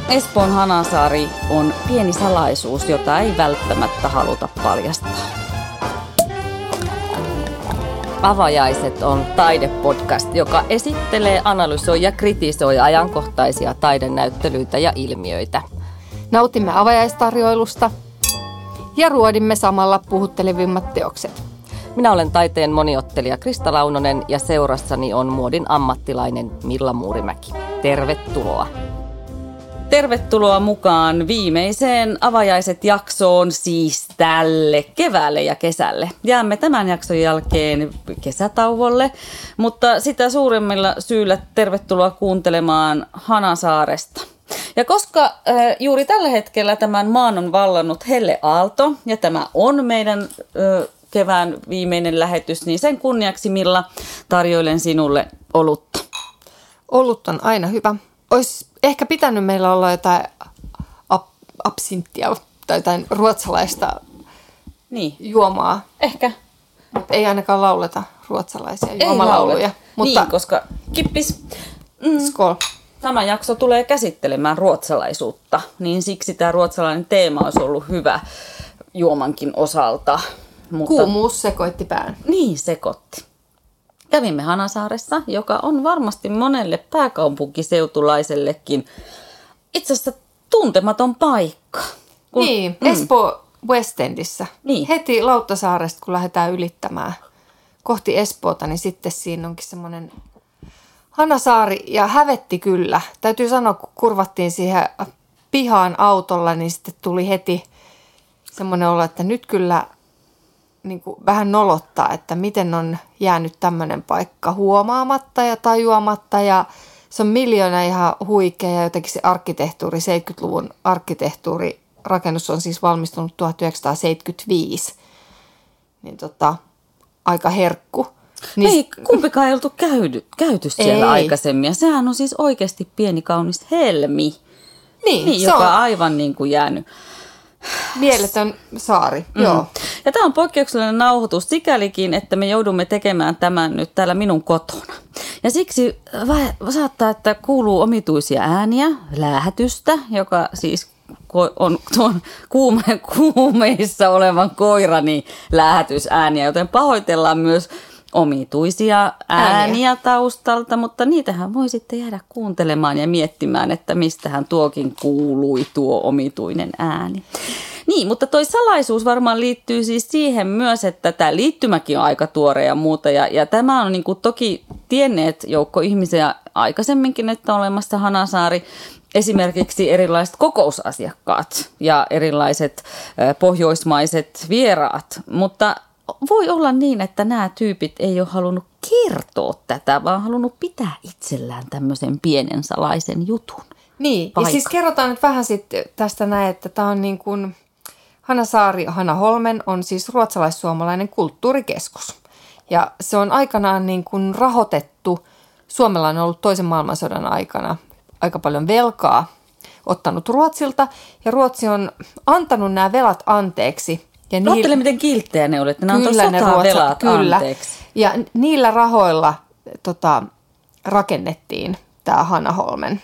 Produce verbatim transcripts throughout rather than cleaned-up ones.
Espoon Hanasaari on pieni salaisuus, jota ei välttämättä haluta paljastaa. Avajaiset on taidepodcast, joka esittelee, analysoi ja kritisoi ajankohtaisia taidenäyttelyitä ja ilmiöitä. Nautimme avajaistarjoilusta ja ruodimme samalla puhuttelevimmat teokset. Minä olen taiteen moniottelija Krista Launonen ja seurassani on muodin ammattilainen Milla Muurimäki. Tervetuloa! Tervetuloa mukaan viimeiseen Avajaiset-jaksoon, siis tälle keväälle ja kesälle. Jäämme tämän jakson jälkeen kesätauolle, mutta sitä suuremmilla syyllä tervetuloa kuuntelemaan Hanasaaresta. Ja koska äh, juuri tällä hetkellä tämän maan on vallannut helleaalto, ja tämä on meidän äh, kevään viimeinen lähetys, niin sen kunniaksi Milla tarjoilen sinulle olutta. Olut on aina hyvä. Olisi ehkä pitänyt meillä olla jotain ap- absinttia tai jotain ruotsalaista niin. juomaa. Ehkä. Mutta ei ainakaan lauleta ruotsalaisia juomalauluja. Mutta niin, koska kippis. Mm, skål. Tämä jakso tulee käsittelemään ruotsalaisuutta, niin siksi tämä ruotsalainen teema olisi ollut hyvä juomankin osalta. Mutta kuumuus sekoitti pään. Niin, sekoitti. Kävimme Hanasaaressa, joka on varmasti monelle pääkaupunkiseutulaisellekin itse asiassa tuntematon paikka. Kun, niin, mm. Espoo West Endissä. Niin. Heti Lauttasaaresta, kun lähdetään ylittämään kohti Espoota, niin sitten siinä onkin semmoinen Hanasaari ja hävetti kyllä. Täytyy sanoa, kun kurvattiin siihen pihaan autolla, niin sitten tuli heti semmoinen olo, että nyt kyllä niin kuin vähän nolottaa, että miten on jäänyt tämmöinen paikka huomaamatta ja tajuamatta. Ja se on miljoona ihan huikea ja jotenkin se arkkitehtuuri, seitsemänkymmentäluvun arkkitehtuuri, rakennus on siis valmistunut tuhatyhdeksänsataaseitsemänkymmentäviisi. Niin tota, aika herkku. Niin, ei kumpikaan ei oltu käydy, käyty siellä ei. aikaisemmin. Ja sehän on siis oikeasti pieni kaunis helmi, niin, niin, joka on aivan niin kuin jäänyt. Mieletön saari, mm. joo. Ja tämä on poikkeuksellinen nauhoitus sikälikin, että me joudumme tekemään tämän nyt täällä minun kotona. Ja siksi saattaa, että kuuluu omituisia ääniä, läähätystä, joka siis on tuon kuume, kuumeissa olevan koirani läähätysääniä, joten pahoitellaan myös omituisia ääniä, ääniä taustalta, mutta niitähän voi sitten jäädä kuuntelemaan ja miettimään, että mistähän tuokin kuului tuo omituinen ääni. Niin, mutta toi salaisuus varmaan liittyy siis siihen myös, että tämä liittymäkin on aika tuore ja muuta. Ja, ja tämä on niin kuin toki tienneet joukko ihmisiä aikaisemminkin, että on olemassa Hanasaari. Esimerkiksi erilaiset kokousasiakkaat ja erilaiset pohjoismaiset vieraat, mutta voi olla niin, että nämä tyypit ei ole halunnut kertoa tätä, vaan halunnut pitää itsellään tämmöisen pienen salaisen jutun. Niin, paikan. Ja siis kerrotaan nyt vähän sitten tästä näin, että tämä on niin kuin Hanasaari, Hanaholmen on siis ruotsalais-suomalainen kulttuurikeskus. Ja se on aikanaan niin kuin rahoitettu, Suomella on ollut toisen maailmansodan aikana aika paljon velkaa ottanut Ruotsilta, ja Ruotsi on antanut nämä velat anteeksi. Ruottele, miten kilttejä ne oli, että ne antoi sotaa velat kyllä. anteeksi. Ja niillä rahoilla tota, rakennettiin tämä Hanaholmen.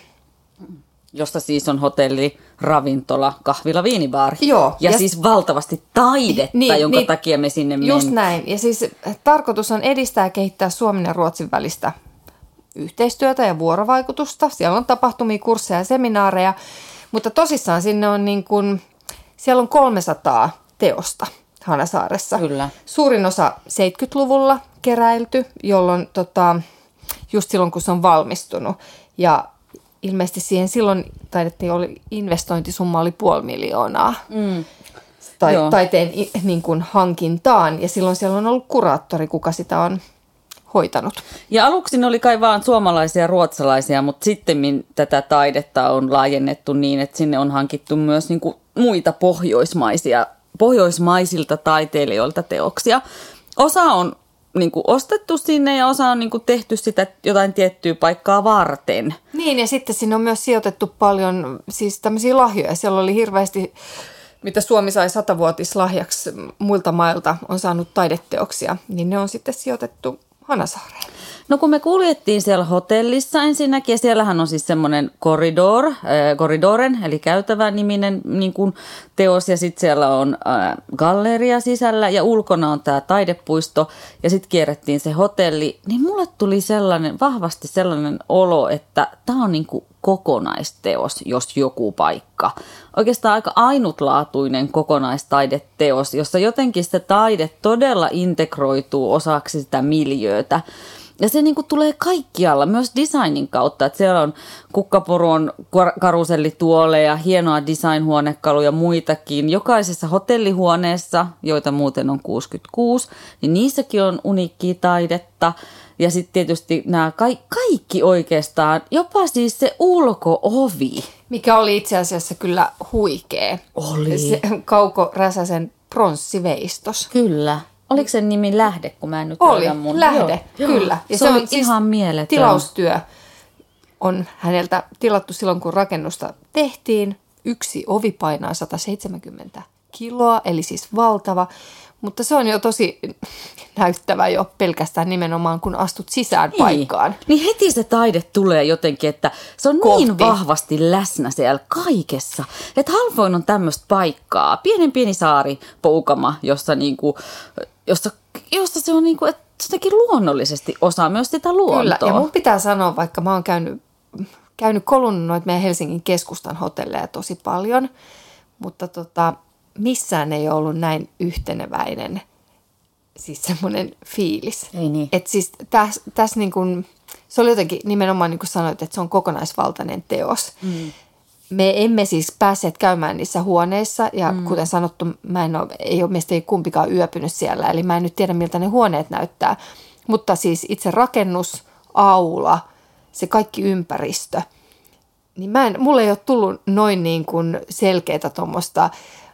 Josta siis on hotelli, ravintola, kahvila, viinibaari. Joo. Ja, ja siis valtavasti taidetta, niin, jonka niin, takia me sinne mennään. Just näin. Ja siis tarkoitus on edistää ja kehittää Suomen ja Ruotsin välistä yhteistyötä ja vuorovaikutusta. Siellä on tapahtumia, kursseja ja seminaareja. Mutta tosissaan sinne on niin kuin, siellä on kolmesataa teosta Hanasaaressa. Kyllä. Suurin osa seitsemänkymmentäluvulla keräilty, jolloin tota, just silloin kun se on valmistunut. Ja ilmeisesti siihen silloin taidettiin oli investointisumma oli puoli miljoonaa mm. Ta- taiteen niin kuin hankintaan. Ja silloin siellä on ollut kuraattori, kuka sitä on hoitanut. Ja aluksi ne oli kai vaan suomalaisia ja ruotsalaisia, mutta sitten tätä taidetta on laajennettu niin, että sinne on hankittu myös niin kuin muita pohjoismaisia, pohjoismaisilta taiteilijoilta teoksia. Osa on niin kuin ostettu sinne ja osa on niin kuin tehty sitä jotain tiettyä paikkaa varten. Niin, ja sitten sinne on myös sijoitettu paljon siis tämmöisiä lahjoja. Siellä oli hirveästi, mitä Suomi sai satavuotislahjaksi muilta mailta, on saanut taideteoksia, niin ne on sitten sijoitettu Hanasaareen? No kun me kuljettiin siellä hotellissa ensinnäkin, ja siellähän on siis semmoinen korridor, äh, korridoren, eli käytävä niminen niin kuin teos, ja sitten siellä on äh, galleria sisällä, ja ulkona on tämä taidepuisto, ja sitten kierrettiin se hotelli, niin mulle tuli sellainen, vahvasti sellainen olo, että tämä on niin kuin kokonaisteos, jos joku paikka. Oikeastaan aika ainutlaatuinen kokonaistaideteos, jossa jotenkin se taide todella integroituu osaksi sitä miljöötä. Ja se niin kuin tulee kaikkialla, myös designin kautta, että siellä on kukkapuron karusellituoleja, hienoa designhuonekaluja ja muitakin. Jokaisessa hotellihuoneessa, joita muuten on kuusikymmentäkuusi, niin niissäkin on uniikkia taidetta. Ja sitten tietysti nämä kaikki, kaikki oikeastaan, jopa siis se ulko-ovi. Mikä oli itse asiassa kyllä huikea. Oli. Se Kauko Räsäsen pronssiveistos. Kyllä. Oliko sen nimi Lähde, kun mä en nyt Oli, mun... Lähde, Joo, kyllä. Ja se, se on siis ihan mieletön. Tilaustyö on häneltä tilattu silloin, kun rakennusta tehtiin. Yksi ovi painaa sata seitsemänkymmentä kiloa, eli siis valtava. Mutta se on jo tosi näyttävä jo pelkästään nimenomaan, kun astut sisään niin. paikkaan. Niin heti se taide tulee jotenkin, että se on Kohti. niin vahvasti läsnä siellä kaikessa. Että Halfoin on tämmöistä paikkaa. Pienen pieni saari, Poukama, jossa, niinku, jossa, jossa se on niinku, että jotenkin luonnollisesti osaa myös sitä luontoa. Kyllä, ja mun pitää sanoa, vaikka mä oon käynyt, käynyt kolunnut noita meidän Helsingin keskustan hotelleja tosi paljon, mutta tota... missään ei ollut näin yhteneväinen siis semmoinen fiilis. Ei niin. Että siis tässä täs niin kuin, se oli jotenkin nimenomaan niin kuin sanoit, että se on kokonaisvaltainen teos. Mm. Me emme siis päässeet käymään niissä huoneissa ja mm. kuten sanottu, mä en ole, ei ole, meistä ei kumpikaan yöpynyt siellä. Eli mä en nyt tiedä, miltä ne huoneet näyttää. Mutta siis itse rakennus, aula, se kaikki ympäristö. Niin mä en, mulle ei ole tullut noin niin kuin selkeätä tuommoista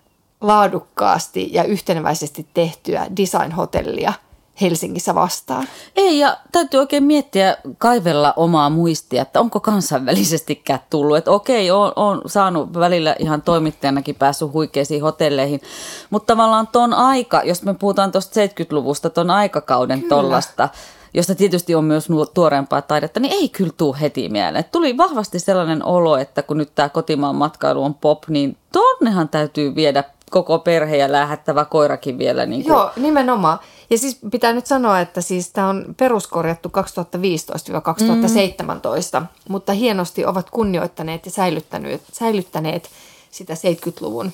laadukkaasti ja yhteneväisesti tehtyä design-hotellia Helsingissä vastaan. Ei, ja täytyy oikein miettiä, kaivella omaa muistia, että onko kansainvälisestikään tullut. Että okei, olen, olen saanut välillä ihan toimittajanakin päässyt huikeisiin hotelleihin, mutta tavallaan ton aika, jos me puhutaan tuosta seitsemänkymmentäluvusta, ton aikakauden kyllä. tollasta, josta tietysti on myös tuoreempaa taidetta, niin ei kyllä tule heti mieleen. Tuli vahvasti sellainen olo, että kun nyt tämä kotimaan matkailu on pop, niin tonnehan täytyy viedä koko perhe ja lähettävä koirakin vielä. Niin kuin. Joo, nimenomaan. Ja siis pitää nyt sanoa, että siis tämä on peruskorjattu kaksituhattaviisitoista kaksituhattaseitsemäntoista, mm. mutta hienosti ovat kunnioittaneet ja säilyttäneet, säilyttäneet sitä seitsemänkymmentäluvun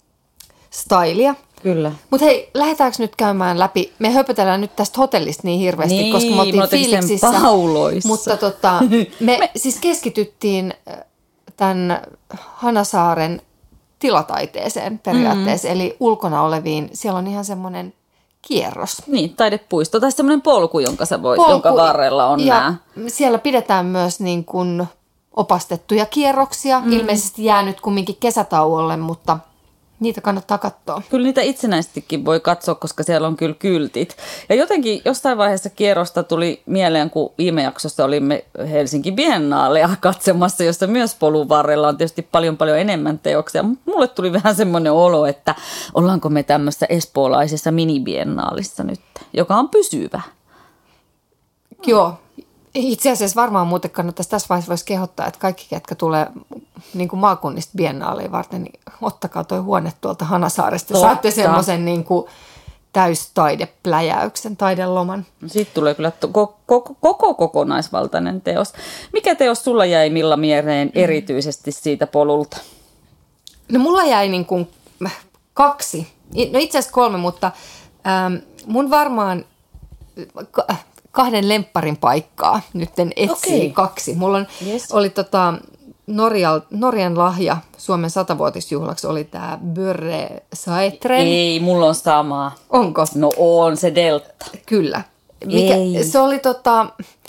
stylia. Kyllä. Mutta hei, lähdetäänkö nyt käymään läpi? Me höpötellään nyt tästä hotellista niin hirveästi, niin, koska me oltiin fiiliksissä. Mutta tota, me, me siis keskityttiin tämän Hanasaaren tilataiteeseen periaatteessa, mm. eli ulkona oleviin. Siellä on ihan semmoinen kierros. Niin, taidepuisto tai semmoinen polku, jonka, sä voit, polku, jonka varrella on ja nämä. Siellä pidetään myös niin kuin opastettuja kierroksia, mm. ilmeisesti jäänyt kumminkin kesätauolle, mutta niitä kannattaa katsoa. Kyllä niitä itsenäisestikin voi katsoa, koska siellä on kyllä kyltit. Ja jotenkin jostain vaiheessa kierrosta tuli mieleen, kun viime jaksossa olimme Helsinki Biennaalea katsomassa, jossa myös polun varrella on tietysti paljon paljon enemmän teoksia. Mulle tuli vähän semmoinen olo, että ollaanko me tämmöisessä espoolaisessa mini-biennaalissa nyt, joka on pysyvä. Joo. Itse asiassa varmaan muuten kannattaisi tässä vaiheessa voisi kehottaa, että kaikki, jotka tulee niin kuin maakunnista biennaaliin varten, niin ottakaa toi huone tuolta Hanasaaresta. Totta. Saatte semmoisen niin kuin täystaidepläjäyksen, taideloman. Sitten tulee kyllä koko, koko, koko kokonaisvaltainen teos. Mikä teos sulla jäi Milla mieleen erityisesti siitä polulta? No mulla jäi niin kuin kaksi, no itse asiassa kolme, mutta ähm, mun varmaan kahden lempparin paikkaa nytten etsii okay. kaksi. Mulla on, yes. oli tota, Norjal, Norjan lahja Suomen satavuotisjuhlaksi oli tämä Börre Saetren. Ei, mulla on samaa. Onko? No on se Delta. Kyllä. Mikä, se oli tota,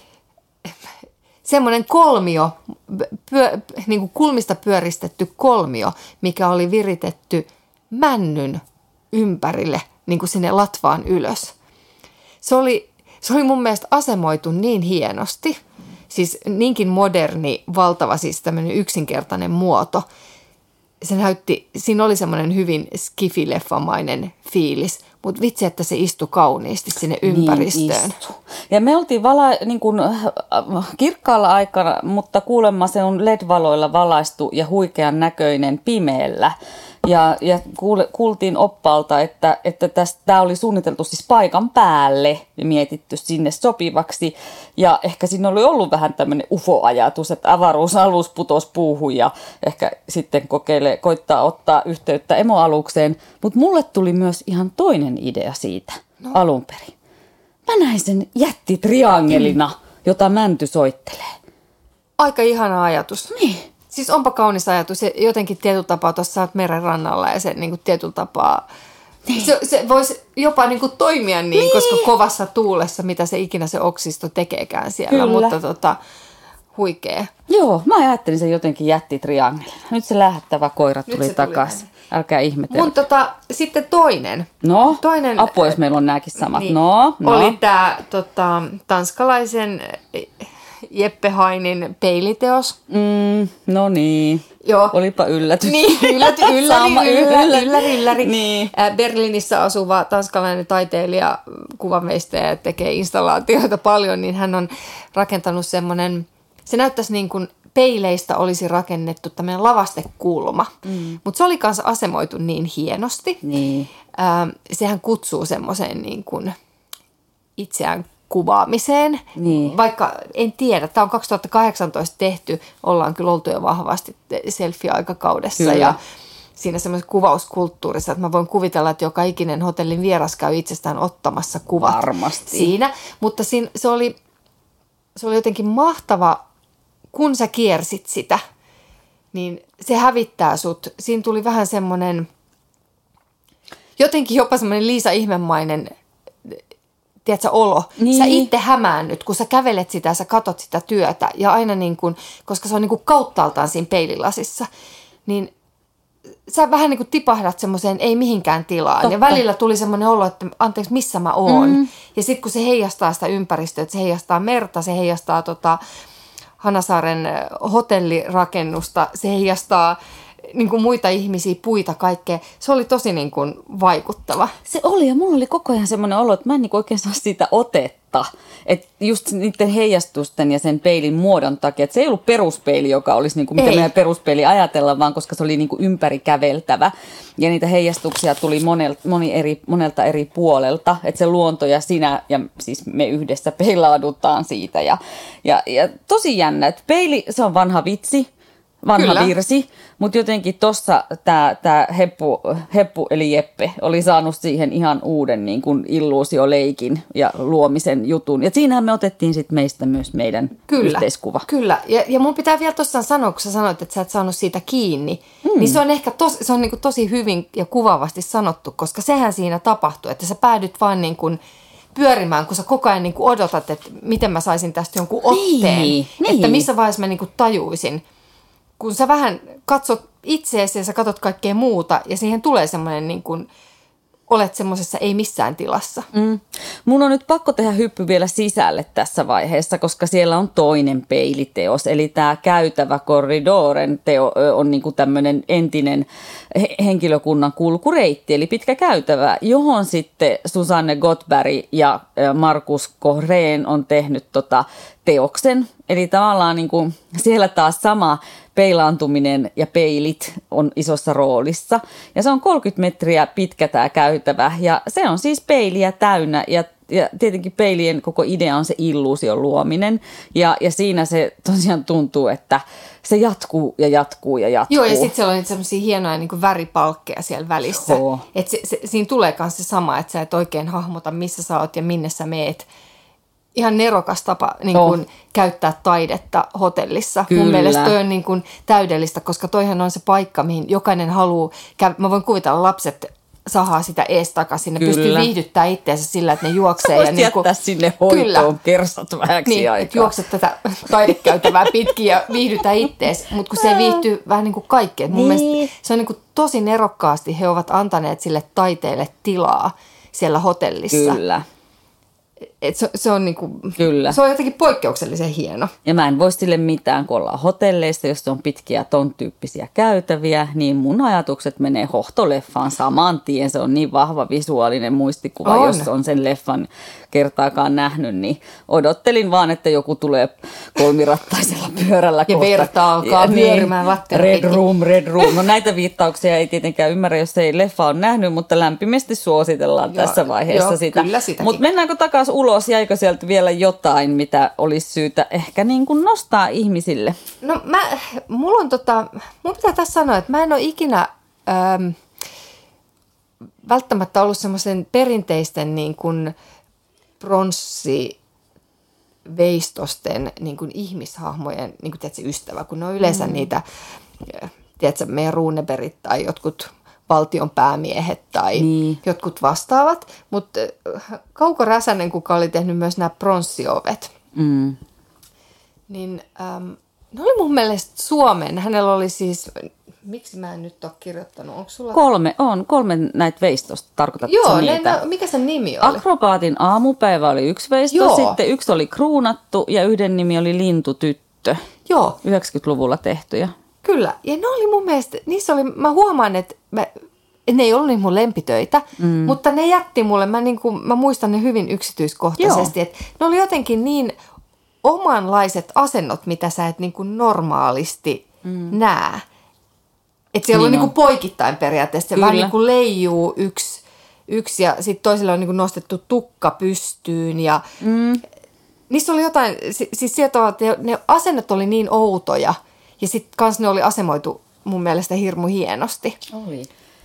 semmoinen kolmio, pyö, niin kuin kulmista pyöristetty kolmio, mikä oli viritetty männyn ympärille, niin kuin sinne latvaan ylös. Se oli Se oli mun mielestä asemoitu niin hienosti, siis niinkin moderni, valtava, siis tämmöinen yksinkertainen muoto. Se näytti, siinä oli semmoinen hyvin skifileffamainen fiilis, mutta vitsi, että se istui kauniisti sinne ympäristöön. Niin istui. Ja me oltiin vala, niin kuin, kirkkaalla aikana, mutta kuulemma se on L E D-valoilla valaistu ja huikean näköinen pimeällä. Ja, ja kuule, kuultiin oppaalta, että, että tämä oli suunniteltu siis paikan päälle ja mietitty sinne sopivaksi. Ja ehkä siinä oli ollut vähän tämmöinen U F O-ajatus, että avaruusalus putosi puuhun ja ehkä sitten kokeile, koittaa ottaa yhteyttä emoalukseen. Mutta mulle tuli myös ihan toinen idea siitä no. alun perin. Mä näin sen jättitriangelina, mm. jota mänty soittelee. Aika ihana ajatus. Niin. Siis onpa kaunis ajatus. Jotenkin tietyllä tapaa tuossa olet meren rannalla ja se niin kuin tietyllä tapaa, niin. se, se voisi jopa niin kuin toimia niin, niin, koska kovassa tuulessa, mitä se ikinä se oksisto tekeekään siellä, Kyllä. mutta tota, huikea. Joo, mä ajattelin sen jotenkin jättitriangelina. Nyt se lähettävä koira tuli takaisin. Älkää ihmetellä. Mun tota, sitten toinen. No, toinen, apua jos meillä on nääkin samat. Niin, no, no. Oli tää tota, tanskalaisen Jeppe Hainin peiliteos. Mm, no niin. Joo. Olipa yllätys. Niin, ylläty, ylläri, ylläri, ylläri, ylläri. Niin. Berliinissä asuva tanskalainen taiteilija, kuvanveistäjä, tekee installaatioita paljon, niin hän on rakentanut semmoinen, se näyttäisi niin kuin peileistä olisi rakennettu tämmöinen lavastekulma, mm. mutta se oli kanssa asemoitu niin hienosti. Niin. Äh, sehän kutsuu semmoiseen niin kuin itseään kuvaamiseen, niin. vaikka en tiedä, tämä on kaksituhattakahdeksantoista tehty, ollaan kyllä oltu jo vahvasti selfie-aikakaudessa kyllä. ja siinä semmoisessa kuvauskulttuurissa, että mä voin kuvitella, että joka ikinen hotellin vieras käy itsestään ottamassa kuvat Varmasti. siinä, mutta siinä, se, oli, se oli jotenkin mahtava, kun sä kiersit sitä, niin se hävittää sut. Siinä tuli vähän semmoinen, jotenkin jopa semmoinen Liisa Ihmemainen tiedätkö, olo. Niin. Sä itse hämäännyt, kun sä kävelet sitä, sä katot sitä työtä ja aina niin kuin, koska se on niin kuin kauttaaltaan siinä peililasissa, niin sä vähän niin kuin tipahdat semmoiseen ei mihinkään tilaan. Totta. Ja välillä tuli semmoinen olo, että anteeksi, missä mä oon. Mm. Ja sitten kun se heijastaa sitä ympäristöä, että se heijastaa merta, se heijastaa tota Hanasaaren hotellirakennusta, se heijastaa niin kuin muita ihmisiä, puita, kaikkea. Se oli tosi niin kuin vaikuttava. Se oli ja mulla oli koko ajan semmoinen olo, että mä en niin oikein saa siitä otetta. Että just niiden heijastusten ja sen peilin muodon takia, että se ei ollut peruspeili, joka olisi niin kuin, mitä meidän peruspeili ajatella, vaan koska se oli niin kuin ympärikäveltävä. Ja niitä heijastuksia tuli monelta, moni eri, monelta eri puolelta. Että se luonto ja sinä ja siis me yhdessä peilaudutaan siitä. Ja, ja, ja tosi jännä, että peili, se on vanha vitsi. Vanha Kyllä. virsi, mutta jotenkin tuossa tämä tää heppu, heppu eli Jeppe oli saanut siihen ihan uuden niin kuin illuusioleikin ja luomisen jutun. Ja siinähän me otettiin sitten meistä myös meidän Kyllä. yhteiskuva. Kyllä, ja, ja mun pitää vielä tuossa sanoa, kun sä sanoit, että sä et saanut siitä kiinni, mm. niin se on ehkä tos, se on niin kuin tosi hyvin ja kuvaavasti sanottu, koska sehän siinä tapahtuu, että sä päädyt vaan niin kuin pyörimään, kun sä koko ajan niin kuin odotat, että miten mä saisin tästä jonkun otteen, niin, että niin. missä vaiheessa mä niin kuin tajuisin. Kun sä vähän katsot itseesi ja sä katsot kaikkea muuta ja siihen tulee semmoinen niin kuin olet semmoisessa ei missään tilassa. Mm. Mun on nyt pakko tehdä hyppy vielä sisälle tässä vaiheessa, koska siellä on toinen peiliteos. Eli tämä käytävä korridoren teo on niin kuin tämmöinen entinen henkilökunnan kulkureitti, eli pitkä käytävä, johon sitten Susanne Gottberg ja Markus Kohrén on tehnyt tota teoksen. Eli tavallaan niin kuin siellä taas sama peilaantuminen ja peilit on isossa roolissa. Ja se on kolmekymmentä metriä pitkä tämä käytävä ja se on siis peiliä täynnä ja, ja tietenkin peilien koko idea on se illuusion luominen. Ja, ja siinä se tosiaan tuntuu, että se jatkuu ja jatkuu ja jatkuu. Joo, ja sitten siellä on niitä semmoisia hienoja niin kuin väripalkkeja siellä välissä. Että se, se, siinä tulee myös se sama, että sä et oikein hahmota, missä sä oot ja minne sä meet. Ihan nerokas tapa niin kuin, oh. käyttää taidetta hotellissa. Kyllä. Mun mielestä toi on niin kuin, täydellistä, koska toihan on se paikka, mihin jokainen haluaa. Käy- Mä voin kuvitella, lapset sahaa sitä ees takaisin. Ne pystyy viihdyttää itseänsä sillä, että ne juoksee. Sä ja niin jättää sinne hoitoon kersat vähäksi niin, aikaa. Että juokset tätä taidekäytävää pitkin ja viihdytä ittees. Mutta kun se viihtyy vähän niin kuin kaikkeen. Mun niin. mielestä se on niin kuin, tosi nerokkaasti. He ovat antaneet sille taiteelle tilaa siellä hotellissa. Kyllä. et se, se, on niinku, Kyllä. se on jotenkin poikkeuksellisen hieno. Ja mä en voi sille mitään, kun ollaan hotelleista, jos on pitkiä ton tyyppisiä käytäviä, niin mun ajatukset menee hohtoleffaan saman tien. Se on niin vahva visuaalinen muistikuva, on. jos on sen leffan kertaakaan nähnyt, niin odottelin vaan, että joku tulee kolmirattaisella pyörällä ja kohta. verta alkaa Ja pyörimään lattialla. Red room, red room. No näitä viittauksia ei tietenkään ymmärrä, jos ei leffa on nähnyt, mutta lämpimästi suositellaan Joo, tässä vaiheessa joo, sitä. kyllä sitäkin. Mutta mennäänkö takaisin ulos? Jäikö sieltä vielä jotain, mitä olisi syytä ehkä niin kuin nostaa ihmisille? No mä, mulla on tota, mun pitää tässä sanoa, että mä en ole ikinä äm, välttämättä ollut semmoisen perinteisten niin kuin pronssiveistosten niin kuin ihmishahmojen niin kuin, tiedätkö, ystävä, kun ne on yleensä mm. niitä, tiedätkö, meidän Runebergit tai jotkut valtion päämiehet tai niin. jotkut vastaavat, mutta Kauko Räsänen, kuka oli tehnyt myös nämä pronssiovet, Mm. niin äm, ne oli mun mielestä Suomen. Hänellä oli siis, miksi mä en nyt ole kirjoittanut, onko sulla? Kolme on, kolme näitä veistosta, tarkoitatko Joo, ne, niitä? ne, mikä se nimi oli? Akrobaatin aamupäivä oli yksi veisto, Joo. sitten yksi oli kruunattu ja yhden nimi oli Lintutyttö, Joo, yhdeksänkymmentäluvulla tehtyjä. kyllä. Ja ne oli mun mielestä, niissä oli, mä huomaan, että mä, ne ei ollut niin mun lempitöitä, mm. mutta ne jätti mulle, mä, niin kuin, mä muistan ne hyvin yksityiskohtaisesti, että ne oli jotenkin niin omanlaiset asennot, mitä sä et niin kuin normaalisti mm. näe. Että siellä niin on, on niin kuin poikittain periaatteessa, se vähän niin kuin leijuu yksi, yksi ja sitten toisella on niin kuin nostettu tukka pystyyn ja mm. niissä oli jotain, siis sieltä että ne asennot oli niin outoja ja sitten kans ne oli asemoitu mun mielestä hirmu hienosti. Oli.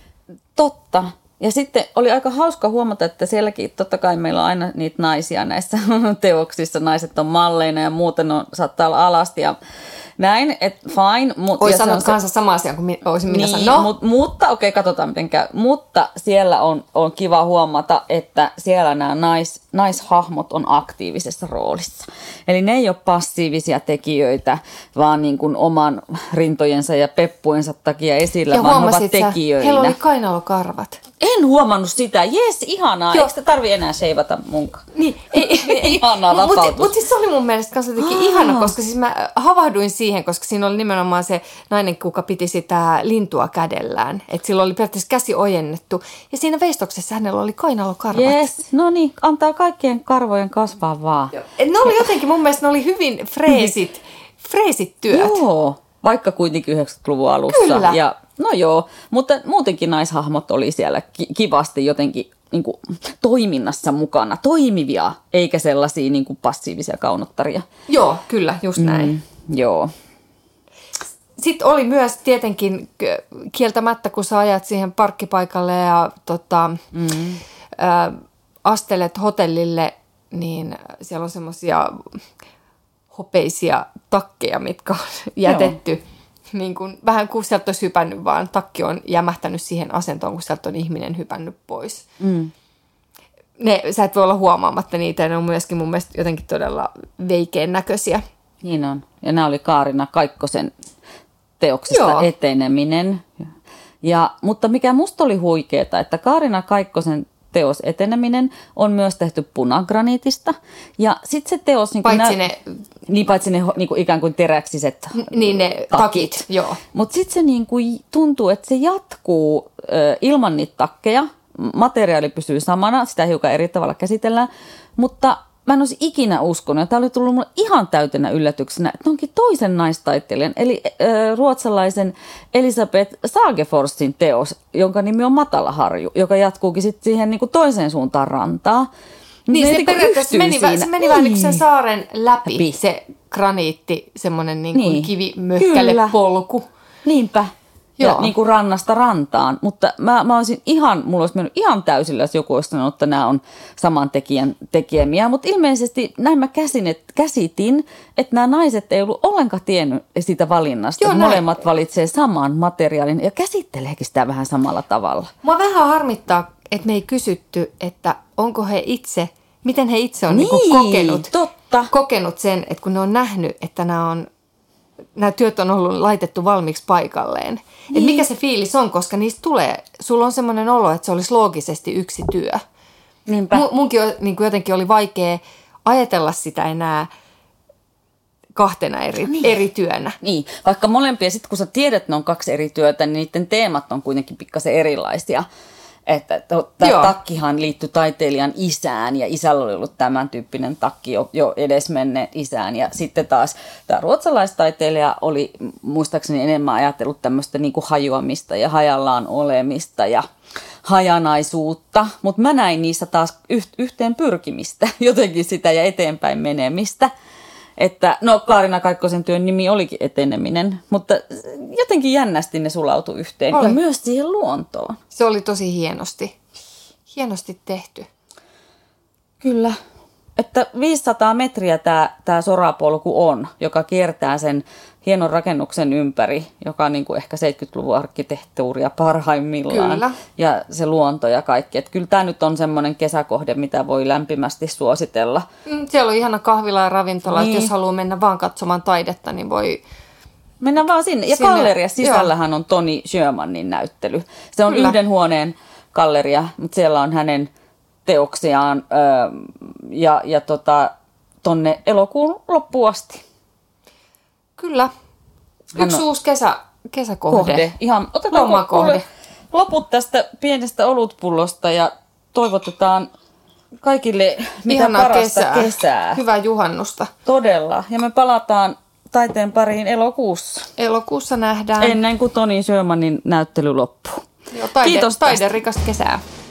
Totta. Ja sitten oli aika hauska huomata, että sielläkin totta kai meillä on aina niitä naisia näissä teoksissa. Naiset on malleina ja muuten on, saattaa olla alasti ja näin, että fine. Mut, Oi ja sanot se, kanssa sama asia kuin olisin minä niin, sanonut. mut, mutta okei, okay, katsotaan miten käy. Mutta siellä on, on kiva huomata, että siellä nämä nais, naishahmot on aktiivisessa roolissa. Eli ne ei ole passiivisia tekijöitä, vaan niin kuin oman rintojensa ja peppuensa takia esillä, ja vaan he ovat sä, tekijöinä. heillä oli kainalokarvat. En huomannut sitä. Jes, ihanaa. Joo. Eikö sitä tarvitse enää sheivata munkaan? Niin, ei, ei, ihanaa vapautus. Mutta mut siis se oli mun mielestä kanssa jotenkin ihana, koska siis mä havahduin siihen, koska siinä oli nimenomaan se nainen, kuka piti sitä lintua kädellään. Että sillä oli periaatteessa käsi ojennettu. Ja siinä veistoksessa hänellä oli kainalokarvat. Jes, no niin, antaa kaikkien karvojen kasvaa vaan. Joo. Et ne oli jotenkin, mun mielestä ne oli hyvin freesit, freesit työt. Joo, vaikka kuitenkin yhdeksänkymmentäluvun alussa. Kyllä. Ja, no joo, mutta muutenkin naishahmot oli siellä ki- kivasti jotenkin niin kuin, toiminnassa mukana, toimivia, eikä sellaisia niin kuin passiivisia kaunottaria. Joo, kyllä, just näin. Mm, joo. Sitten oli myös tietenkin kieltämättä, kun sä ajat siihen parkkipaikalle ja tota, mm. ä, astelet hotellille, niin siellä on semmoisia hopeisia takkeja, mitkä on jätetty. Joo. Niin kuin, vähän kuin sieltä olisi hypännyt, vaan takki on jämähtänyt siihen asentoon, kun sieltä on ihminen hypännyt pois. Mm. Ne, sä et voi olla huomaamatta niitä, ja ne on myöskin mun mielestä jotenkin todella veikeän näköisiä. Niin on. Ja nämä oli Kaarina Kaikkosen teoksesta Joo. Eteneminen. Ja, mutta mikä musta oli huikeeta, että Kaarina Kaikkosen teos Eteneminen on myös tehty punagraniitista. Ja sitten se teos... Niin paitsi nä- ne... Niin, paitsi ne niin kuin ikään kuin teräksiset Niin ne takit, takit joo. Mutta sitten se niin kuin tuntuu, että se jatkuu ö, ilman niitä takkeja. Materiaali pysyy samana, sitä hiukan eri tavalla käsitellään. Mutta mä en olisi ikinä uskonut, ja tämä oli tullut mulle ihan täytenä yllätyksenä, että onkin toisen naistaiteilijan, eli ö, ruotsalaisen Elisabeth Sageforsin teos, jonka nimi on Matalaharju, joka jatkuukin sitten siihen niin kuin toiseen suuntaan rantaa. Niin, se periaatteessa meni, se meni vähän niin sen saaren läpi, läpi. Se graniitti, semmoinen niin kuin niin. kivimöhkälepolku. Niinpä. Ja niin kuin rannasta rantaan. Mutta mä, mä olisin ihan, mulla olisi mennyt ihan täysillä, jos joku olisi sanonut, että nämä on saman tekijän tekemiä. Mutta ilmeisesti näin mä käsin, et, käsitin, että nämä naiset ei ollut ollenkaan tiennyt siitä valinnasta. Joo, molemmat valitsee saman materiaalin ja käsitteleekin sitä vähän samalla tavalla. Mua vähän harmittaa, että me ei kysytty, että onko he itse, miten he itse on niin, niin kokenut, totta. kokenut sen, että kun ne on nähnyt, että nämä on... Nämä työt on ollut laitettu valmiiksi paikalleen. Niin. Että mikä se fiilis on, koska niistä tulee, sulla on semmoinen olo, että se olisi loogisesti yksi työ. Niinpä. Mun, munkin niin kuin jotenkin oli vaikea ajatella sitä enää kahtena eri, niin. eri työnä. Niin, vaikka molempia, sitten kun sä tiedät, että ne on kaksi eri työtä, niin niiden teemat on kuitenkin pikkasen erilaisia. Että tämä takkihan liittyi taiteilijan isään ja isällä oli ollut tämän tyyppinen takki jo, jo edesmenneet isään. Ja sitten taas tämä ruotsalaistaiteilija oli muistaakseni enemmän ajatellut tämmöistä niin kuin hajoamista ja hajallaan olemista ja hajanaisuutta. Mutta mä näin niissä taas yhteen pyrkimistä, jotenkin sitä ja eteenpäin menemistä. Että, no Kaarina Kaikkosen työn nimi olikin eteneminen, mutta jotenkin jännästi ne sulautui yhteen oli. Ja myös siihen luontoon. Se oli tosi hienosti, hienosti tehty. Kyllä, että viisisataa metriä tämä, tämä sorapolku on, joka kiertää sen hienon rakennuksen ympäri, joka on niin kuin ehkä seitsemänkymmentäluvun arkkitehtuuria parhaimmillaan. Kyllä. Ja se luonto ja kaikki. Että kyllä tämä nyt on semmoinen kesäkohde, mitä voi lämpimästi suositella. Siellä on ihana kahvila ja ravintola, niin. Että jos haluaa mennä vaan katsomaan taidetta, niin voi... Mennään vaan sinne. Ja sinne. Galleria sisällähän on Toni Sjömanin näyttely. Se on kyllä. Yhden huoneen galleria, mutta siellä on hänen teoksiaan öö, ja, ja tota, tonne elokuun loppuun asti. Kyllä. Yksi on... uusi kesä, kesäkohde. Kohde. Ihan, otetaan kohde. Loput tästä pienestä olutpullosta ja toivotetaan kaikille mitä ihanaa parasta kesää. kesää. Hyvää juhannusta. Todella. Ja me palataan taiteen pariin elokuussa. Elokuussa nähdään. Ennen kuin Toni Sjömanin näyttely loppuu. Joo, taide, Kiitos taiderikasta kesää.